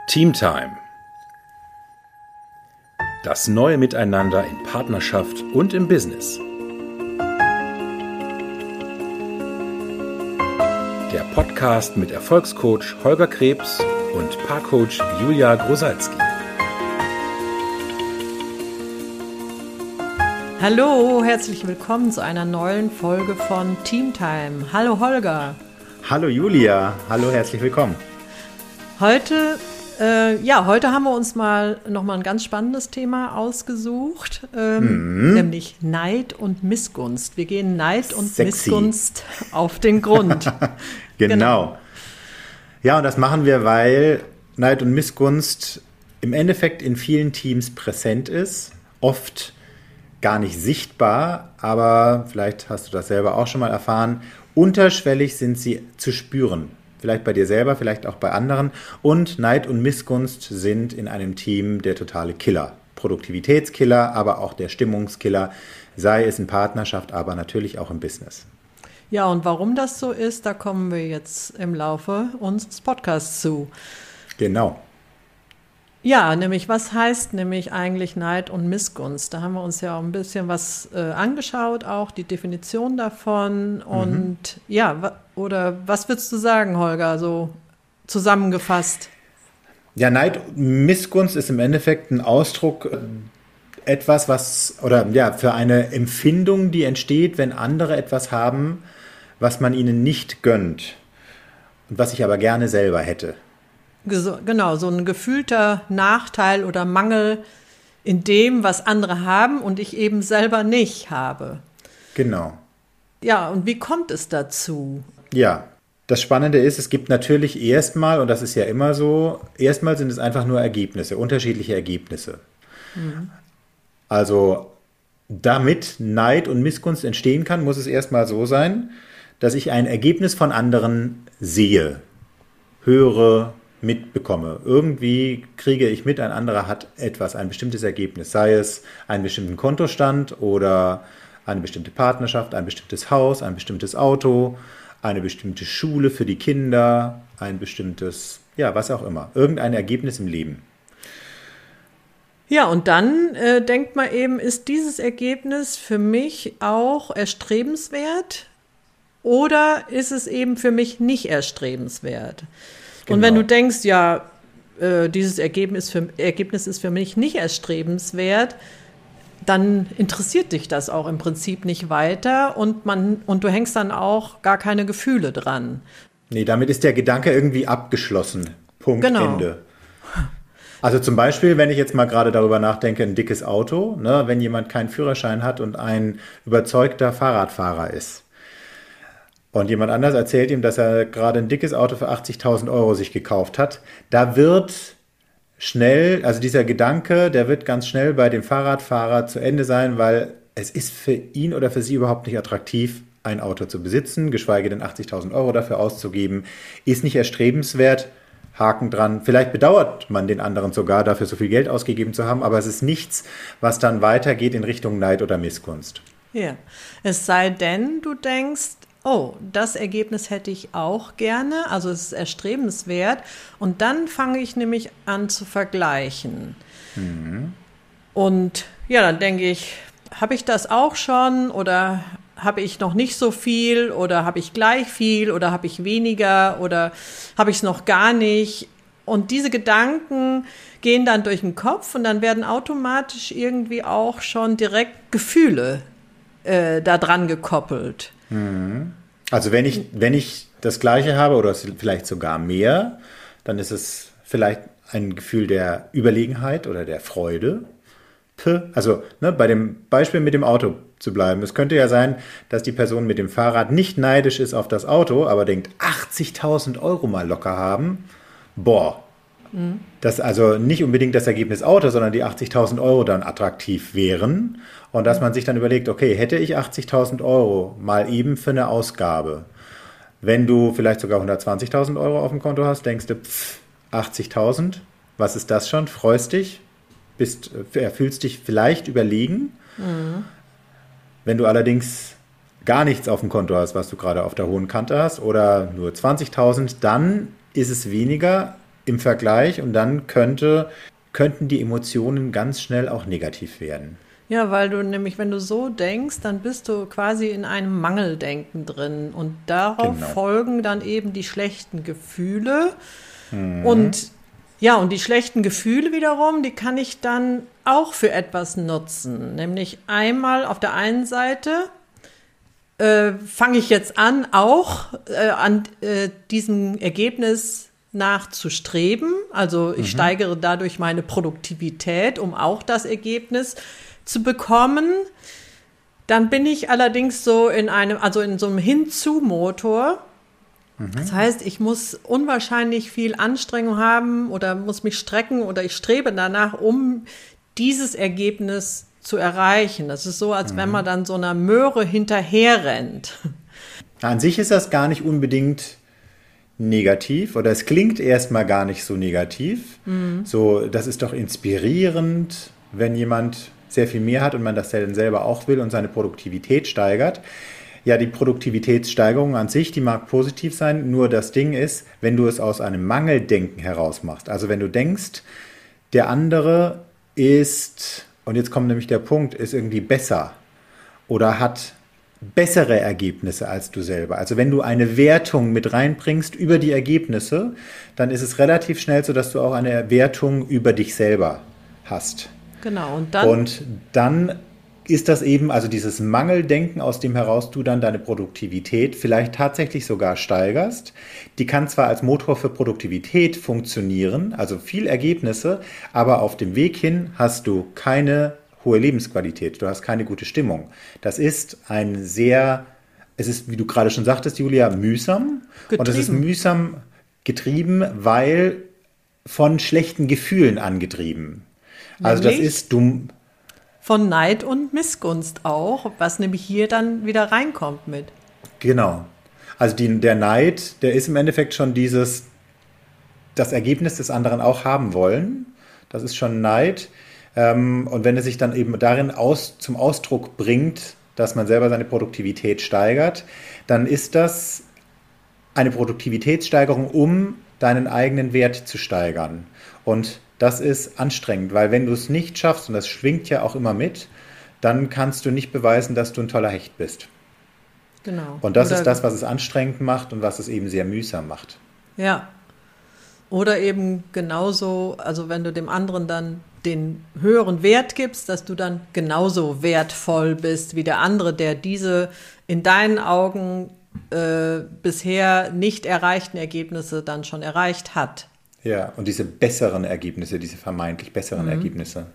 Teamtime. Das neue Miteinander in Partnerschaft und im Business. Der Podcast mit Erfolgscoach Holger Krebs und Paarcoach Julia Grosalski. Hallo, herzlich willkommen zu einer neuen Folge von Teamtime. Hallo Holger. Hallo Julia, hallo, herzlich willkommen. Heute haben wir uns nochmal ein ganz spannendes Thema ausgesucht, nämlich Neid und Missgunst. Wir gehen Neid und Missgunst auf den Grund. Genau. Ja, und das machen wir, weil Neid und Missgunst im Endeffekt in vielen Teams präsent ist, oft gar nicht sichtbar, aber vielleicht hast du das selber auch schon mal erfahren, unterschwellig sind sie zu spüren. Vielleicht bei dir selber, vielleicht auch bei anderen. Und Neid und Missgunst sind in einem Team der totale Killer. Produktivitätskiller, aber auch der Stimmungskiller, sei es in Partnerschaft, aber natürlich auch im Business. Ja, und warum das so ist, da kommen wir jetzt im Laufe unseres Podcasts zu. Genau. Ja, nämlich was heißt nämlich eigentlich Neid und Missgunst? Da haben wir uns ja auch ein bisschen was angeschaut, auch die Definition davon. Und oder was würdest du sagen, Holger, so zusammengefasst? Ja, Neid und Missgunst ist im Endeffekt ein Ausdruck, für eine Empfindung, die entsteht, wenn andere etwas haben, was man ihnen nicht gönnt und was ich aber gerne selber hätte. Genau, so ein gefühlter Nachteil oder Mangel in dem, was andere haben und ich eben selber nicht habe. Genau. Ja, und wie kommt es dazu? Ja, das Spannende ist, es gibt natürlich erstmal, und das ist ja immer so, erstmal sind es einfach nur Ergebnisse, unterschiedliche Ergebnisse. Also, damit Neid und Missgunst entstehen kann, muss es erstmal so sein, dass ich ein Ergebnis von anderen sehe, höre, mitbekomme. Irgendwie kriege ich mit, ein anderer hat ein bestimmtes Ergebnis, sei es einen bestimmten Kontostand oder eine bestimmte Partnerschaft, ein bestimmtes Haus, ein bestimmtes Auto, eine bestimmte Schule für die Kinder, ein bestimmtes, was auch immer, irgendein Ergebnis im Leben. Ja, und dann denkt man eben, ist dieses Ergebnis für mich auch erstrebenswert oder ist es eben für mich nicht erstrebenswert? Genau. Und wenn du denkst, dieses Ergebnis ist für mich nicht erstrebenswert, dann interessiert dich das auch im Prinzip nicht weiter und du hängst dann auch gar keine Gefühle dran. Nee, damit ist der Gedanke irgendwie abgeschlossen. Punkt, genau. Ende. Also zum Beispiel, wenn ich jetzt mal gerade darüber nachdenke, ein dickes Auto, wenn jemand keinen Führerschein hat und ein überzeugter Fahrradfahrer ist. Und jemand anders erzählt ihm, dass er gerade ein dickes Auto für 80.000 Euro sich gekauft hat. Da wird schnell, also dieser Gedanke, der wird ganz schnell bei dem Fahrradfahrer zu Ende sein, weil es ist für ihn oder für sie überhaupt nicht attraktiv, ein Auto zu besitzen, geschweige denn 80.000 Euro dafür auszugeben, ist nicht erstrebenswert. Haken dran. Vielleicht bedauert man den anderen sogar, dafür so viel Geld ausgegeben zu haben, aber es ist nichts, was dann weitergeht in Richtung Neid oder Missgunst. Ja, es sei denn, du denkst, oh, das Ergebnis hätte ich auch gerne, also es ist erstrebenswert. Und dann fange ich nämlich an zu vergleichen. Und ja, dann denke ich, habe ich das auch schon oder habe ich noch nicht so viel oder habe ich gleich viel oder habe ich weniger oder habe ich es noch gar nicht? Und diese Gedanken gehen dann durch den Kopf und dann werden automatisch irgendwie auch schon direkt Gefühle da dran gekoppelt. Also wenn ich das Gleiche habe oder vielleicht sogar mehr, dann ist es vielleicht ein Gefühl der Überlegenheit oder der Freude. Also bei dem Beispiel mit dem Auto zu bleiben. Es könnte ja sein, dass die Person mit dem Fahrrad nicht neidisch ist auf das Auto, aber denkt, 80.000 Euro mal locker haben. Boah. Das also nicht unbedingt das Ergebnis Auto, sondern die 80.000 Euro dann attraktiv wären. Und dass man sich dann überlegt, okay, hätte ich 80.000 Euro mal eben für eine Ausgabe, wenn du vielleicht sogar 120.000 Euro auf dem Konto hast, denkst du, 80.000, was ist das schon? Freust dich, fühlst dich vielleicht überlegen. Wenn du allerdings gar nichts auf dem Konto hast, was du gerade auf der hohen Kante hast, oder nur 20.000, dann ist es weniger im Vergleich und dann könnten die Emotionen ganz schnell auch negativ werden. Ja, weil du nämlich, wenn du so denkst, dann bist du quasi in einem Mangeldenken drin und darauf folgen dann eben die schlechten Gefühle und ja, und die schlechten Gefühle wiederum, die kann ich dann auch für etwas nutzen, nämlich einmal auf der einen Seite fange ich jetzt an, auch an diesem Ergebnis nachzustreben, also ich steigere dadurch meine Produktivität, um auch das Ergebnis zu bekommen. Dann bin ich allerdings so in so einem Hinzu-Motor. Das heißt, ich muss unwahrscheinlich viel Anstrengung haben oder muss mich strecken oder ich strebe danach, um dieses Ergebnis zu erreichen. Das ist so, als wenn man dann so einer Möhre hinterherrennt. An sich ist das gar nicht unbedingt negativ oder es klingt erstmal gar nicht so negativ. So, das ist doch inspirierend, wenn jemand sehr viel mehr hat und man das dann selber auch will und seine Produktivität steigert. Ja, die Produktivitätssteigerung an sich, die mag positiv sein, nur das Ding ist, wenn du es aus einem Mangeldenken heraus machst. Also wenn du denkst, der andere ist, und jetzt kommt nämlich der Punkt, ist irgendwie besser oder hat bessere Ergebnisse als du selber. Also wenn du eine Wertung mit reinbringst über die Ergebnisse, dann ist es relativ schnell so, dass du auch eine Wertung über dich selber hast. Genau, und dann ist das eben, also dieses Mangeldenken, aus dem heraus du dann deine Produktivität vielleicht tatsächlich sogar steigerst. Die kann zwar als Motor für Produktivität funktionieren, also viel Ergebnisse, aber auf dem Weg hin hast du keine hohe Lebensqualität, du hast keine gute Stimmung. Das ist es ist, wie du gerade schon sagtest, Julia, mühsam. Getrieben. Und es ist mühsam getrieben, weil von schlechten Gefühlen angetrieben. Also das ist dumm. Von Neid und Missgunst auch, was nämlich hier dann wieder reinkommt mit. Genau. Also der Neid, der ist im Endeffekt schon das Ergebnis des anderen auch haben wollen. Das ist schon Neid. Und wenn es sich dann eben darin zum Ausdruck bringt, dass man selber seine Produktivität steigert, dann ist das eine Produktivitätssteigerung, um deinen eigenen Wert zu steigern. Und das ist anstrengend, weil wenn du es nicht schaffst, und das schwingt ja auch immer mit, dann kannst du nicht beweisen, dass du ein toller Hecht bist. Genau. Und das ist das, was es anstrengend macht und was es eben sehr mühsam macht. Ja. Oder eben genauso, also wenn du dem anderen dann den höheren Wert gibst, dass du dann genauso wertvoll bist wie der andere, der diese in deinen Augen bisher nicht erreichten Ergebnisse dann schon erreicht hat. Ja, und diese besseren Ergebnisse, diese vermeintlich besseren Ergebnisse.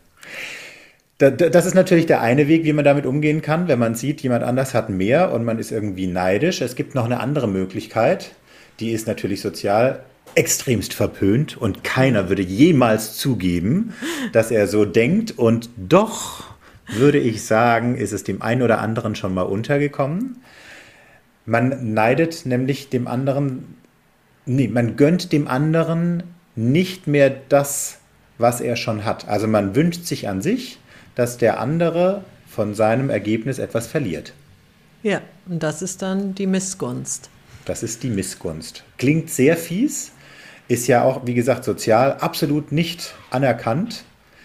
Das ist natürlich der eine Weg, wie man damit umgehen kann, wenn man sieht, jemand anders hat mehr und man ist irgendwie neidisch. Es gibt noch eine andere Möglichkeit, die ist natürlich sozial extremst verpönt und keiner würde jemals zugeben, dass er so denkt. Und doch, würde ich sagen, ist es dem einen oder anderen schon mal untergekommen. Man neidet nämlich dem anderen, man gönnt dem anderen nicht mehr das, was er schon hat. Also man wünscht sich an sich, dass der andere von seinem Ergebnis etwas verliert. Ja, und das ist dann die Missgunst. Das ist die Missgunst. Klingt sehr fies, ist ja auch, wie gesagt, sozial absolut nicht anerkannt.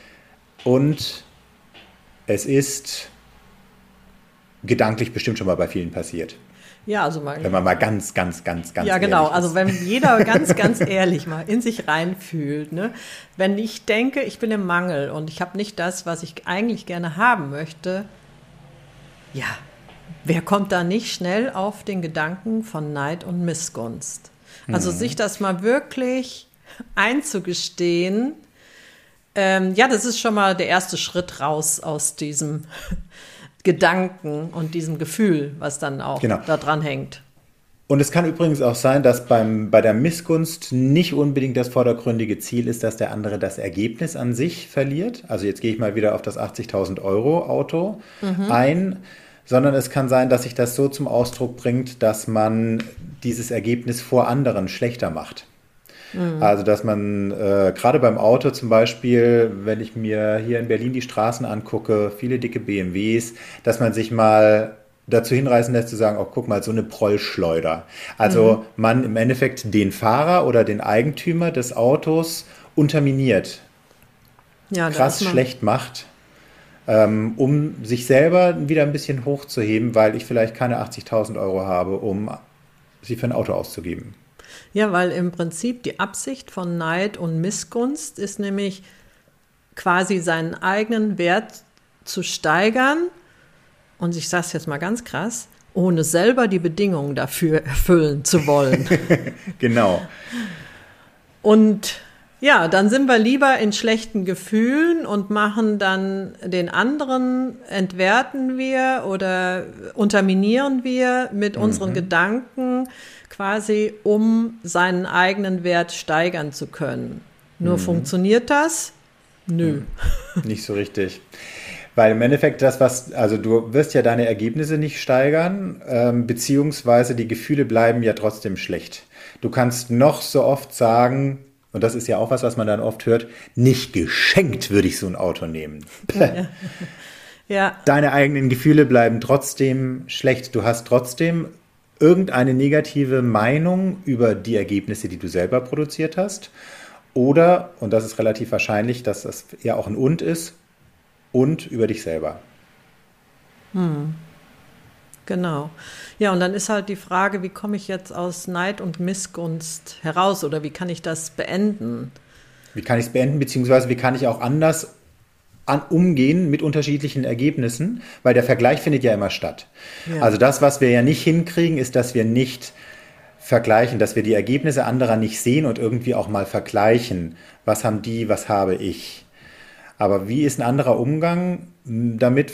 Und es ist gedanklich bestimmt schon mal bei vielen passiert. Ja, also wenn man mal ganz ja, genau. Also wenn jeder ganz ehrlich mal in sich reinfühlt, ne? Wenn ich denke, ich bin im Mangel und ich habe nicht das, was ich eigentlich gerne haben möchte, ja, wer kommt da nicht schnell auf den Gedanken von Neid und Missgunst? Also sich das mal wirklich einzugestehen, ja, das ist schon mal der erste Schritt raus aus diesem Gedanken und diesem Gefühl, was dann auch da dran hängt. Und es kann übrigens auch sein, dass bei der Missgunst nicht unbedingt das vordergründige Ziel ist, dass der andere das Ergebnis an sich verliert. Also jetzt gehe ich mal wieder auf das 80.000 Euro Auto ein, sondern es kann sein, dass sich das so zum Ausdruck bringt, dass man dieses Ergebnis vor anderen schlechter macht. Also dass man gerade beim Auto zum Beispiel, wenn ich mir hier in Berlin die Straßen angucke, viele dicke BMWs, dass man sich mal dazu hinreißen lässt zu sagen, oh, guck mal, so eine Prollschleuder. Also man im Endeffekt den Fahrer oder den Eigentümer des Autos unterminiert, krass schlecht macht, um sich selber wieder ein bisschen hochzuheben, weil ich vielleicht keine 80.000 Euro habe, um sie für ein Auto auszugeben. Ja, weil im Prinzip die Absicht von Neid und Missgunst ist nämlich quasi seinen eigenen Wert zu steigern. Und ich sage es jetzt mal ganz krass, ohne selber die Bedingungen dafür erfüllen zu wollen. Genau. Und ja, dann sind wir lieber in schlechten Gefühlen und machen dann den anderen, entwerten wir oder unterminieren wir mit unseren Gedanken quasi, um seinen eigenen Wert steigern zu können. Nur funktioniert das? Nö. Nicht so richtig. Weil im Endeffekt also du wirst ja deine Ergebnisse nicht steigern, beziehungsweise die Gefühle bleiben ja trotzdem schlecht. Du kannst noch so oft sagen, und das ist ja auch was man dann oft hört, nicht geschenkt würde ich so ein Auto nehmen. Ja. Ja. Deine eigenen Gefühle bleiben trotzdem schlecht. Du hast trotzdem irgendeine negative Meinung über die Ergebnisse, die du selber produziert hast. Oder, und das ist relativ wahrscheinlich, dass das ja auch ein Und ist, und über dich selber. Genau. Ja, und dann ist halt die Frage, wie komme ich jetzt aus Neid und Missgunst heraus oder wie kann ich das beenden? Wie kann ich es beenden, beziehungsweise wie kann ich auch anders umgehen mit unterschiedlichen Ergebnissen, weil der Vergleich findet ja immer statt. Ja. Also das, was wir ja nicht hinkriegen, ist, dass wir nicht vergleichen, dass wir die Ergebnisse anderer nicht sehen und irgendwie auch mal vergleichen. Was haben die, was habe ich? Aber wie ist ein anderer Umgang damit,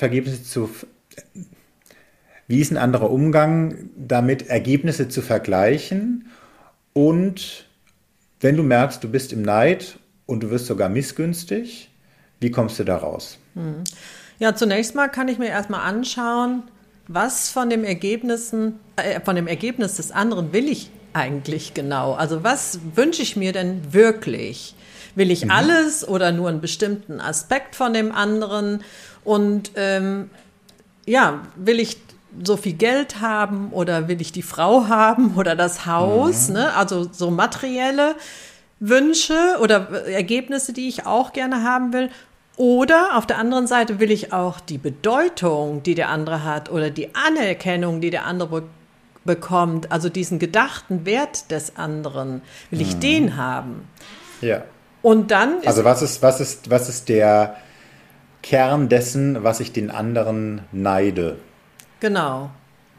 Ergebnisse zu vergleichen? Und wenn du merkst, du bist im Neid und du wirst sogar missgünstig, wie kommst du da raus? Ja, zunächst mal kann ich mir erstmal anschauen, was von dem Ergebnis des anderen will ich eigentlich genau? Also was wünsche ich mir denn wirklich? Will ich alles oder nur einen bestimmten Aspekt von dem anderen? Und will ich so viel Geld haben oder will ich die Frau haben oder das Haus? Ne? Also so materielle Wünsche oder Ergebnisse, die ich auch gerne haben will. Oder auf der anderen Seite will ich auch die Bedeutung, die der andere hat oder die Anerkennung, die der andere bekommt, also diesen gedachten Wert des anderen, will ich den haben. Ja. Und dann also was ist der Kern dessen, was ich den anderen neide? Genau.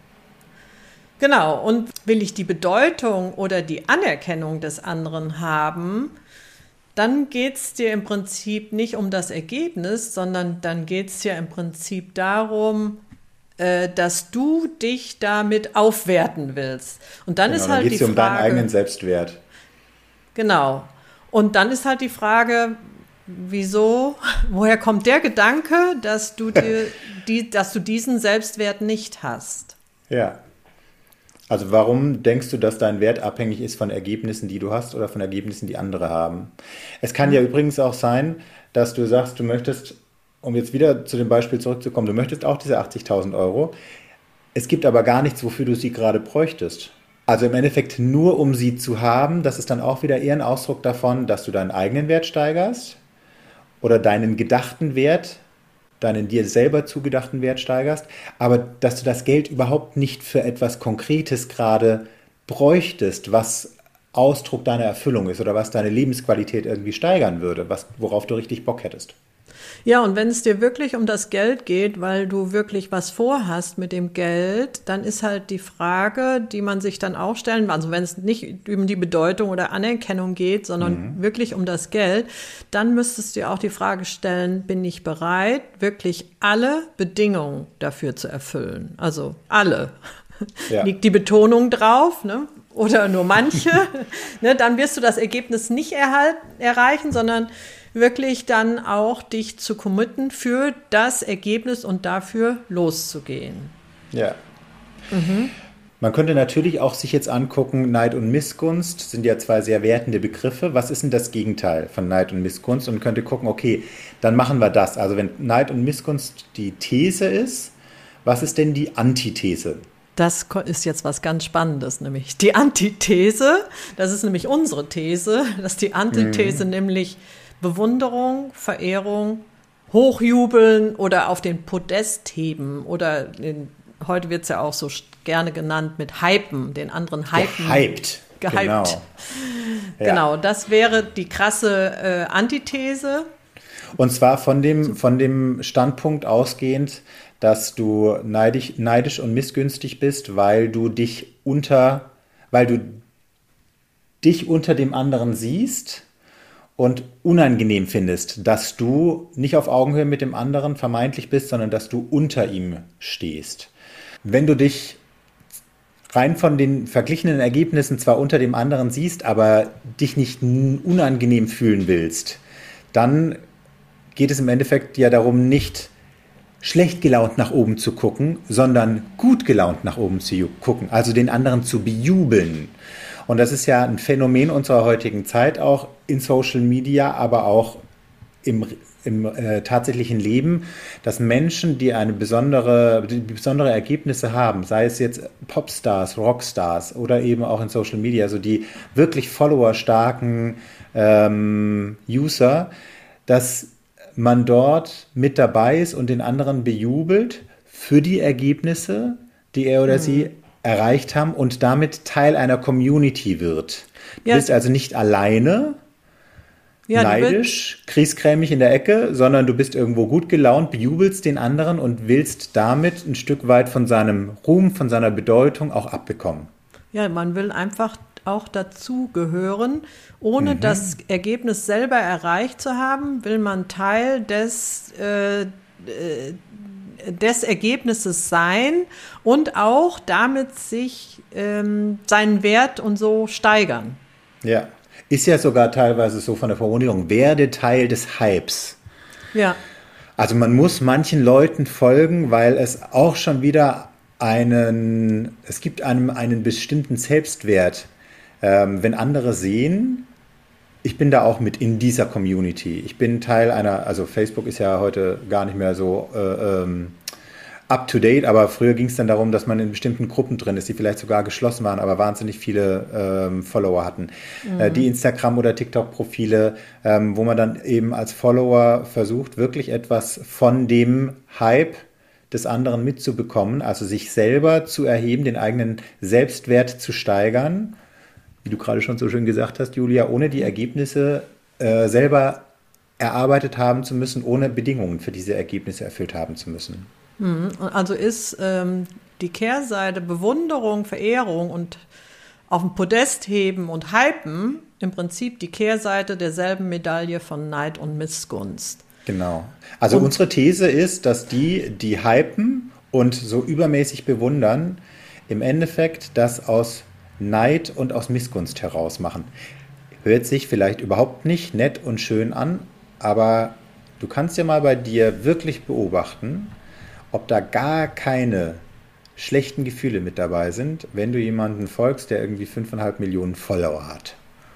Und will ich die Bedeutung oder die Anerkennung des anderen haben, dann geht es dir im Prinzip nicht um das Ergebnis, sondern dann geht es dir im Prinzip darum, dass du dich damit aufwerten willst. Und dann ist halt die Frage... Dann geht es dir um deinen eigenen Selbstwert. Genau. Und dann ist halt die Frage, woher kommt der Gedanke, dass du diesen Selbstwert nicht hast? Ja. Also warum denkst du, dass dein Wert abhängig ist von Ergebnissen, die du hast oder von Ergebnissen, die andere haben? Es kann ja übrigens auch sein, dass du sagst, du möchtest, um jetzt wieder zu dem Beispiel zurückzukommen, du möchtest auch diese 80.000 Euro. Es gibt aber gar nichts, wofür du sie gerade bräuchtest. Also im Endeffekt nur, um sie zu haben, das ist dann auch wieder eher ein Ausdruck davon, dass du deinen eigenen Wert steigerst oder deinen gedachten Wert, deinen dir selber zugedachten Wert steigerst, aber dass du das Geld überhaupt nicht für etwas Konkretes gerade bräuchtest, was Ausdruck deiner Erfüllung ist oder was deine Lebensqualität irgendwie steigern würde, worauf du richtig Bock hättest. Ja, und wenn es dir wirklich um das Geld geht, weil du wirklich was vorhast mit dem Geld, dann ist halt die Frage, die man sich dann auch stellen, also wenn es nicht um die Bedeutung oder Anerkennung geht, sondern wirklich um das Geld, dann müsstest du dir auch die Frage stellen, bin ich bereit, wirklich alle Bedingungen dafür zu erfüllen? Also alle. Ja. Liegt die Betonung drauf, ne? Oder nur manche? Ne? Dann wirst du das Ergebnis nicht erreichen, sondern wirklich dann auch dich zu committen für das Ergebnis und dafür loszugehen. Ja. Man könnte natürlich auch sich jetzt angucken, Neid und Missgunst sind ja zwei sehr wertende Begriffe. Was ist denn das Gegenteil von Neid und Missgunst? Und könnte gucken, okay, dann machen wir das. Also wenn Neid und Missgunst die These ist, Was ist denn die Antithese? Das ist jetzt was ganz Spannendes, nämlich die Antithese. Das ist nämlich unsere These, dass die Antithese nämlich Bewunderung, Verehrung, Hochjubeln oder auf den Podest heben oder heute wird es ja auch so gerne genannt mit Hypen, den anderen hypen. Gehypt. Genau. Genau, das wäre die krasse Antithese. Und zwar von dem Standpunkt ausgehend, dass du neidisch und missgünstig bist, weil du dich unter dem anderen siehst und unangenehm findest, dass du nicht auf Augenhöhe mit dem anderen vermeintlich bist, sondern dass du unter ihm stehst. Wenn du dich rein von den verglichenen Ergebnissen zwar unter dem anderen siehst, aber dich nicht unangenehm fühlen willst, dann geht es im Endeffekt ja darum, nicht schlecht gelaunt nach oben zu gucken, sondern gut gelaunt nach oben zu gucken, also den anderen zu bejubeln. Und das ist ja ein Phänomen unserer heutigen Zeit, auch in Social Media, aber auch im tatsächlichen Leben, dass Menschen, die besondere Ergebnisse haben, sei es jetzt Popstars, Rockstars oder eben auch in Social Media, also die wirklich followerstarken User, dass man dort mit dabei ist und den anderen bejubelt für die Ergebnisse, die er oder sie erreicht haben und damit Teil einer Community wird. Du bist also nicht alleine, neidisch, kriegskrämig in der Ecke, sondern du bist irgendwo gut gelaunt, bejubelst den anderen und willst damit ein Stück weit von seinem Ruhm, von seiner Bedeutung auch abbekommen. Ja, man will einfach auch dazu gehören, ohne das Ergebnis selber erreicht zu haben, will man Teil des Ergebnisses sein und auch damit sich seinen Wert und so steigern. Ja, ist ja sogar teilweise so von der Formulierung, werde Teil des Hypes. Ja. Also man muss manchen Leuten folgen, weil es auch schon wieder es gibt einem einen bestimmten Selbstwert. Wenn andere sehen, ich bin da auch mit in dieser Community. Ich bin Teil also Facebook ist ja heute gar nicht mehr so up to date, aber früher ging es dann darum, dass man in bestimmten Gruppen drin ist, die vielleicht sogar geschlossen waren, aber wahnsinnig viele Follower hatten. Die Instagram- oder TikTok-Profile, wo man dann eben als Follower versucht, wirklich etwas von dem Hype des anderen mitzubekommen, also sich selber zu erheben, den eigenen Selbstwert zu steigern, wie du gerade schon so schön gesagt hast, Julia, ohne die Ergebnisse selber erarbeitet haben zu müssen, ohne Bedingungen für diese Ergebnisse erfüllt haben zu müssen. Also ist die Kehrseite Bewunderung, Verehrung und auf dem Podest heben und hypen im Prinzip die Kehrseite derselben Medaille von Neid und Missgunst. Genau. Also unsere These ist, dass die hypen und so übermäßig bewundern, im Endeffekt das aus Neid und aus Missgunst heraus machen. Hört sich vielleicht überhaupt nicht nett und schön an, aber du kannst ja mal bei dir wirklich beobachten, ob da gar keine schlechten Gefühle mit dabei sind, wenn du jemanden folgst, der irgendwie 5,5 Millionen Follower hat.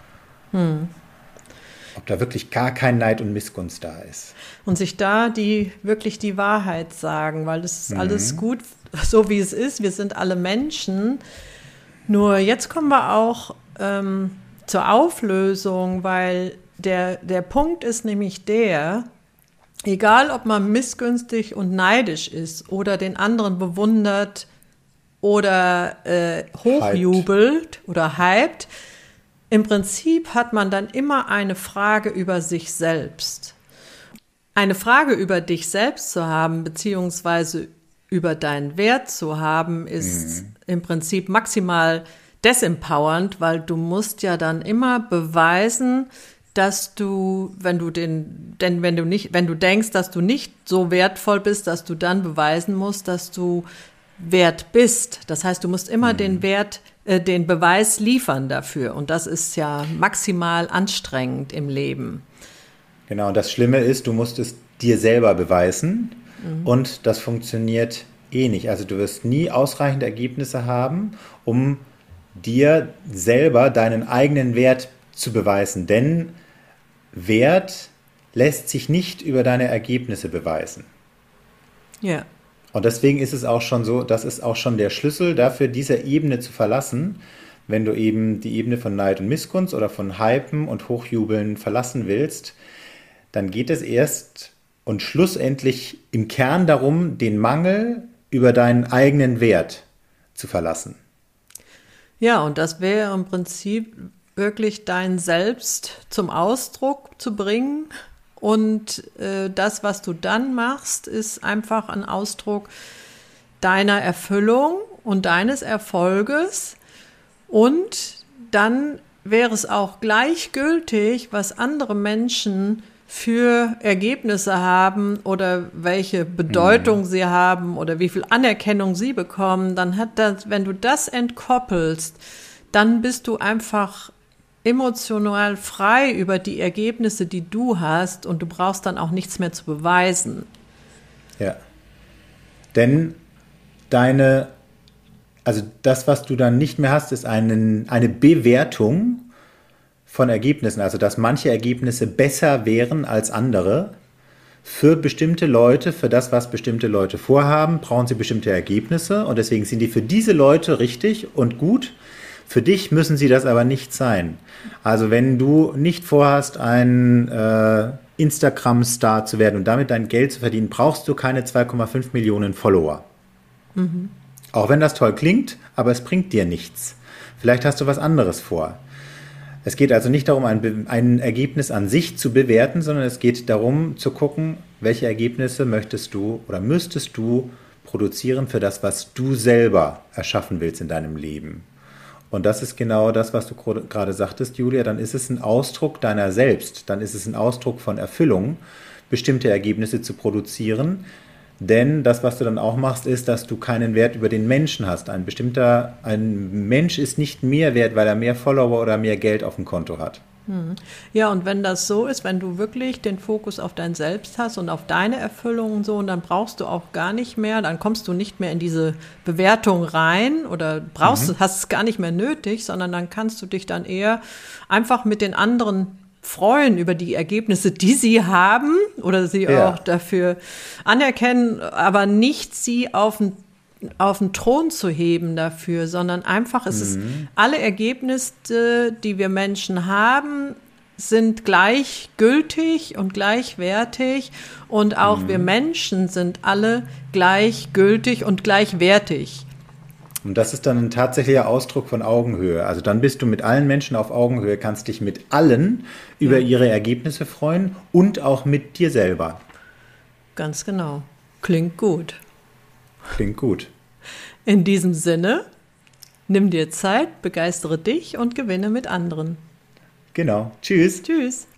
Ob da wirklich gar kein Neid und Missgunst da ist. Und sich da wirklich die Wahrheit sagen, weil es ist alles gut, so wie es ist. Wir sind alle Menschen. Nur jetzt kommen wir auch zur Auflösung, weil der Punkt ist nämlich egal ob man missgünstig und neidisch ist oder den anderen bewundert oder hochjubelt oder hypt, im Prinzip hat man dann immer eine Frage über sich selbst. Eine Frage über dich selbst zu haben, beziehungsweise über deinen Wert zu haben, ist im Prinzip maximal desempowernd, weil du musst ja dann immer beweisen, dass wenn du denkst, dass du nicht so wertvoll bist, dass du dann beweisen musst, dass du wert bist. Das heißt, du musst immer den Beweis liefern dafür. Und das ist ja maximal anstrengend im Leben. Genau, und das Schlimme ist, du musst es dir selber beweisen und das funktioniert nicht. Also du wirst nie ausreichend Ergebnisse haben, um dir selber deinen eigenen Wert zu beweisen. Denn Wert lässt sich nicht über deine Ergebnisse beweisen. Ja. Und deswegen ist es auch schon so, das ist auch schon der Schlüssel dafür, diese Ebene zu verlassen. Wenn du eben die Ebene von Neid und Missgunst oder von Hypen und Hochjubeln verlassen willst, dann geht es erst und schlussendlich im Kern darum, den Mangel über deinen eigenen Wert zu verlassen. Ja, und das wäre im Prinzip wirklich dein Selbst zum Ausdruck zu bringen. Und das, was du dann machst, ist einfach ein Ausdruck deiner Erfüllung und deines Erfolges. Und dann wäre es auch gleichgültig, was andere Menschen für Ergebnisse haben oder welche Bedeutung sie haben oder wie viel Anerkennung sie bekommen. Dann hat das, wenn du das entkoppelst, dann bist du einfach emotional frei über die Ergebnisse, die du hast, und du brauchst dann auch nichts mehr zu beweisen. Ja. Denn also das, was du dann nicht mehr hast, ist eine Bewertung von Ergebnissen. Also, dass manche Ergebnisse besser wären als andere. Für bestimmte Leute, für das, was bestimmte Leute vorhaben, brauchen sie bestimmte Ergebnisse. Und deswegen sind die für diese Leute richtig und gut. Für dich müssen sie das aber nicht sein. Also wenn du nicht vorhast, ein Instagram-Star zu werden und damit dein Geld zu verdienen, brauchst du keine 2,5 Millionen Follower. Mhm. Auch wenn das toll klingt, aber es bringt dir nichts. Vielleicht hast du was anderes vor. Es geht also nicht darum, ein Ergebnis an sich zu bewerten, sondern es geht darum zu gucken, welche Ergebnisse möchtest du oder müsstest du produzieren für das, was du selber erschaffen willst in deinem Leben. Und das ist genau das, was du gerade sagtest, Julia. Dann ist es ein Ausdruck deiner selbst. Dann ist es ein Ausdruck von Erfüllung, bestimmte Ergebnisse zu produzieren. Denn das, was du dann auch machst, ist, dass du keinen Wert über den Menschen hast. Ein Mensch ist nicht mehr wert, weil er mehr Follower oder mehr Geld auf dem Konto hat. Ja, und wenn das so ist, wenn du wirklich den Fokus auf dein Selbst hast und auf deine Erfüllung und so, und dann brauchst du auch gar nicht mehr, dann kommst du nicht mehr in diese Bewertung rein oder hast es gar nicht mehr nötig, sondern dann kannst du dich dann eher einfach mit den anderen freuen über die Ergebnisse, die sie haben oder sie auch dafür anerkennen, aber nicht sie auf den Thron zu heben dafür, sondern einfach alle Ergebnisse, die wir Menschen haben, sind gleichgültig und gleichwertig, und auch wir Menschen sind alle gleichgültig und gleichwertig. Und das ist dann ein tatsächlicher Ausdruck von Augenhöhe. Also dann bist du mit allen Menschen auf Augenhöhe, kannst dich mit allen über ihre Ergebnisse freuen und auch mit dir selber. Ganz genau. Klingt gut. Klingt gut. In diesem Sinne, nimm dir Zeit, begeistere dich und gewinne mit anderen. Genau. Tschüss. Tschüss.